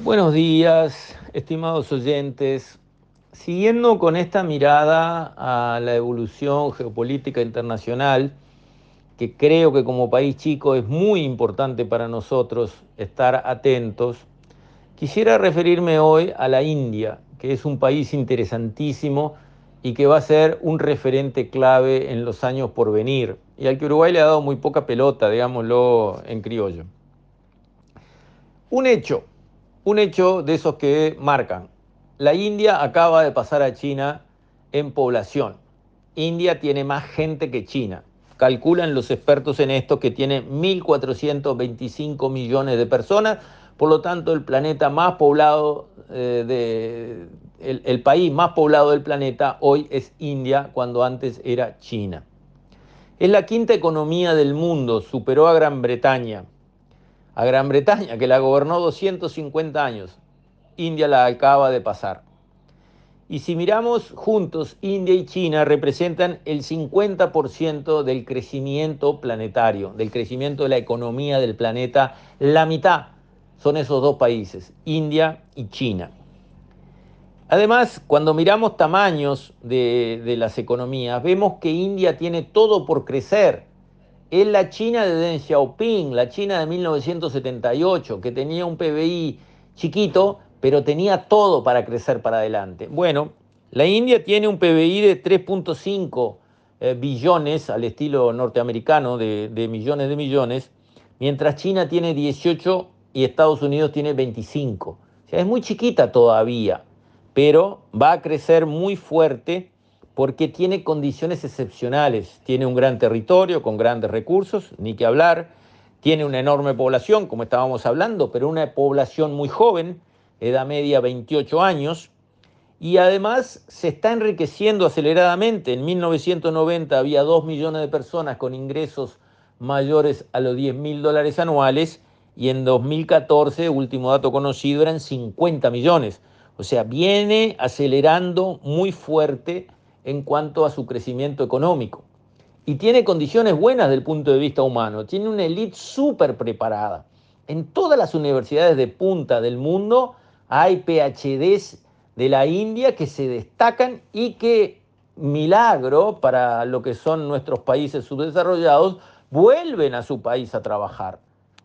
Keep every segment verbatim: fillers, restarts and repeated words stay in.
Buenos días, estimados oyentes. Siguiendo con esta mirada a la evolución geopolítica internacional, que creo que como país chico es muy importante para nosotros estar atentos, quisiera referirme hoy a la India, que es un país interesantísimo y que va a ser un referente clave en los años por venir, y al que Uruguay le ha dado muy poca pelota, digámoslo en criollo. Un hecho, un hecho de esos que marcan. La India acaba de pasar a China en población. India tiene más gente que China. Calculan los expertos en esto que tiene mil cuatrocientos veinticinco millones de personas, por lo tanto el planeta más poblado, eh, de, el, el país más poblado del planeta hoy es India, cuando antes era China. Es la quinta economía del mundo, superó a Gran Bretaña a Gran Bretaña, que la gobernó doscientos cincuenta años. India la acaba de pasar. Y si miramos juntos, India y China representan el cincuenta por ciento del crecimiento planetario, del crecimiento de la economía del planeta. La mitad son esos dos países, India y China. Además, cuando miramos tamaños de, de las economías, vemos que India tiene todo por crecer. Es la China de Deng Xiaoping, la China de mil novecientos setenta y ocho, que tenía un P B I chiquito, pero tenía todo para crecer para adelante. Bueno, la India tiene un P B I de tres punto cinco eh, billones, al estilo norteamericano, de, de millones de millones, mientras China tiene dieciocho y Estados Unidos tiene veinticinco. O sea, es muy chiquita todavía, pero va a crecer muy fuerte porque tiene condiciones excepcionales. Tiene un gran territorio con grandes recursos, ni que hablar. Tiene una enorme población, como estábamos hablando, pero una población muy joven, edad media veintiocho años, y además se está enriqueciendo aceleradamente. En mil novecientos noventa había dos millones de personas con ingresos mayores a los diez mil dólares anuales, y en dos mil catorce, último dato conocido, eran cincuenta millones. O sea, viene acelerando muy fuerte en cuanto a su crecimiento económico. Y tiene condiciones buenas desde el punto de vista humano. Tiene una élite súper preparada. En todas las universidades de punta del mundo hay PhDs de la India que se destacan y que, milagro para lo que son nuestros países subdesarrollados, vuelven a su país a trabajar.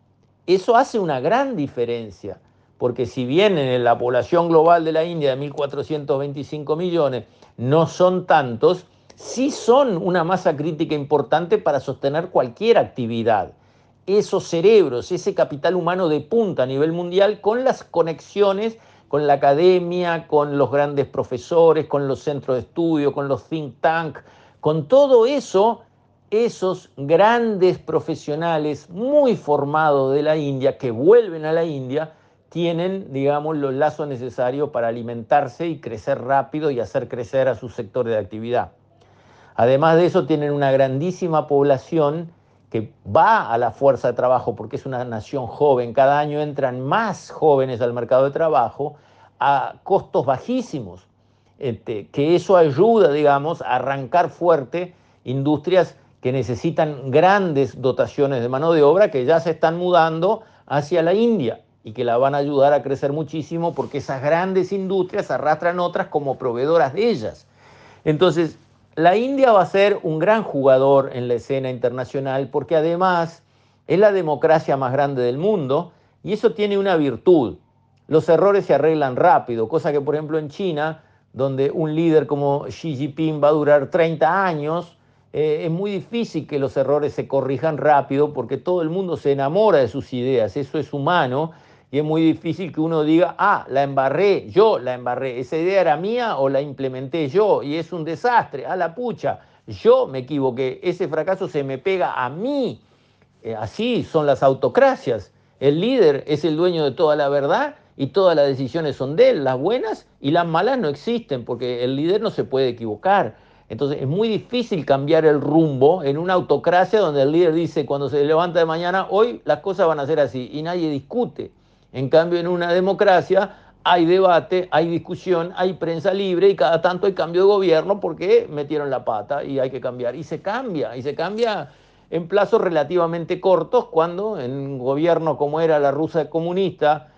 Eso hace una gran diferencia, porque si bien en la población global de la India de mil cuatrocientos veinticinco millones no son tantos, sí son una masa crítica importante para sostener cualquier actividad. Esos cerebros, ese capital humano de punta a nivel mundial, con las conexiones con la academia, con los grandes profesores, con los centros de estudio, con los think tanks, con todo eso, esos grandes profesionales muy formados de la India, que vuelven a la India, tienen, digamos, los lazos necesarios para alimentarse y crecer rápido y hacer crecer a sus sectores de actividad. Además de eso, tienen una grandísima población que va a la fuerza de trabajo porque es una nación joven. Cada año entran más jóvenes al mercado de trabajo a costos bajísimos, este, que eso ayuda, digamos, a arrancar fuerte industrias que necesitan grandes dotaciones de mano de obra, que ya se están mudando hacia la India y que la van a ayudar a crecer muchísimo porque esas grandes industrias arrastran otras como proveedoras de ellas. Entonces, la India va a ser un gran jugador en la escena internacional porque además es la democracia más grande del mundo y eso tiene una virtud. Los errores se arreglan rápido, cosa que por ejemplo en China, donde un líder como Xi Jinping va a durar treinta años, eh, es muy difícil que los errores se corrijan rápido porque todo el mundo se enamora de sus ideas, eso es humano y es muy difícil que uno diga, ah, la embarré, yo la embarré, esa idea era mía o la implementé yo y es un desastre, a la pucha, yo me equivoqué, ese fracaso se me pega a mí. Eh, así son las autocracias, el líder es el dueño de toda la verdad y todas las decisiones son de él, las buenas y las malas no existen porque el líder no se puede equivocar. Entonces es muy difícil cambiar el rumbo en una autocracia donde el líder dice cuando se levanta de mañana, hoy las cosas van a ser así y nadie discute. En cambio, en una democracia hay debate, hay discusión, hay prensa libre y cada tanto hay cambio de gobierno porque metieron la pata y hay que cambiar. Y se cambia, y se cambia en plazos relativamente cortos cuando en un gobierno como era la Rusia comunista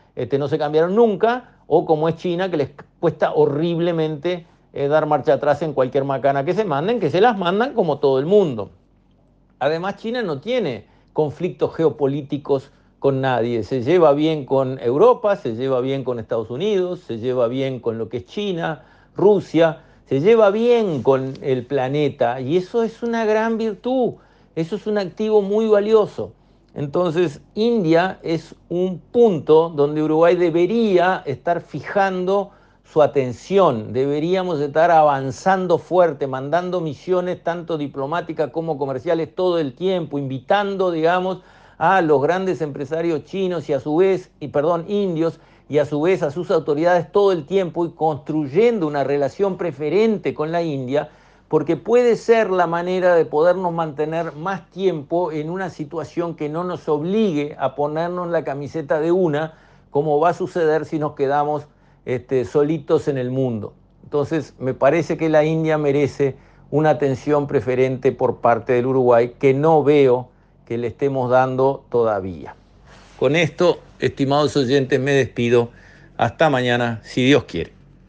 este, no se cambiaron nunca, o como es China, que les cuesta horriblemente eh, dar marcha atrás en cualquier macana que se manden, que se las mandan como todo el mundo. Además, China no tiene conflictos geopolíticos con nadie. Se lleva bien con Europa, se lleva bien con Estados Unidos, se lleva bien con lo que es China, Rusia, se lleva bien con el planeta. Y eso es una gran virtud, eso es un activo muy valioso. Entonces, India es un punto donde Uruguay debería estar fijando su atención. Deberíamos estar avanzando fuerte, mandando misiones tanto diplomáticas como comerciales todo el tiempo, invitando, digamos, a los grandes empresarios chinos y a su vez, y perdón, indios, y a su vez a sus autoridades todo el tiempo y construyendo una relación preferente con la India, porque puede ser la manera de podernos mantener más tiempo en una situación que no nos obligue a ponernos la camiseta de una, como va a suceder si nos quedamos este, solitos en el mundo. Entonces, me parece que la India merece una atención preferente por parte del Uruguay que no veo que le estemos dando todavía. Con esto, estimados oyentes, me despido. Hasta mañana, si Dios quiere.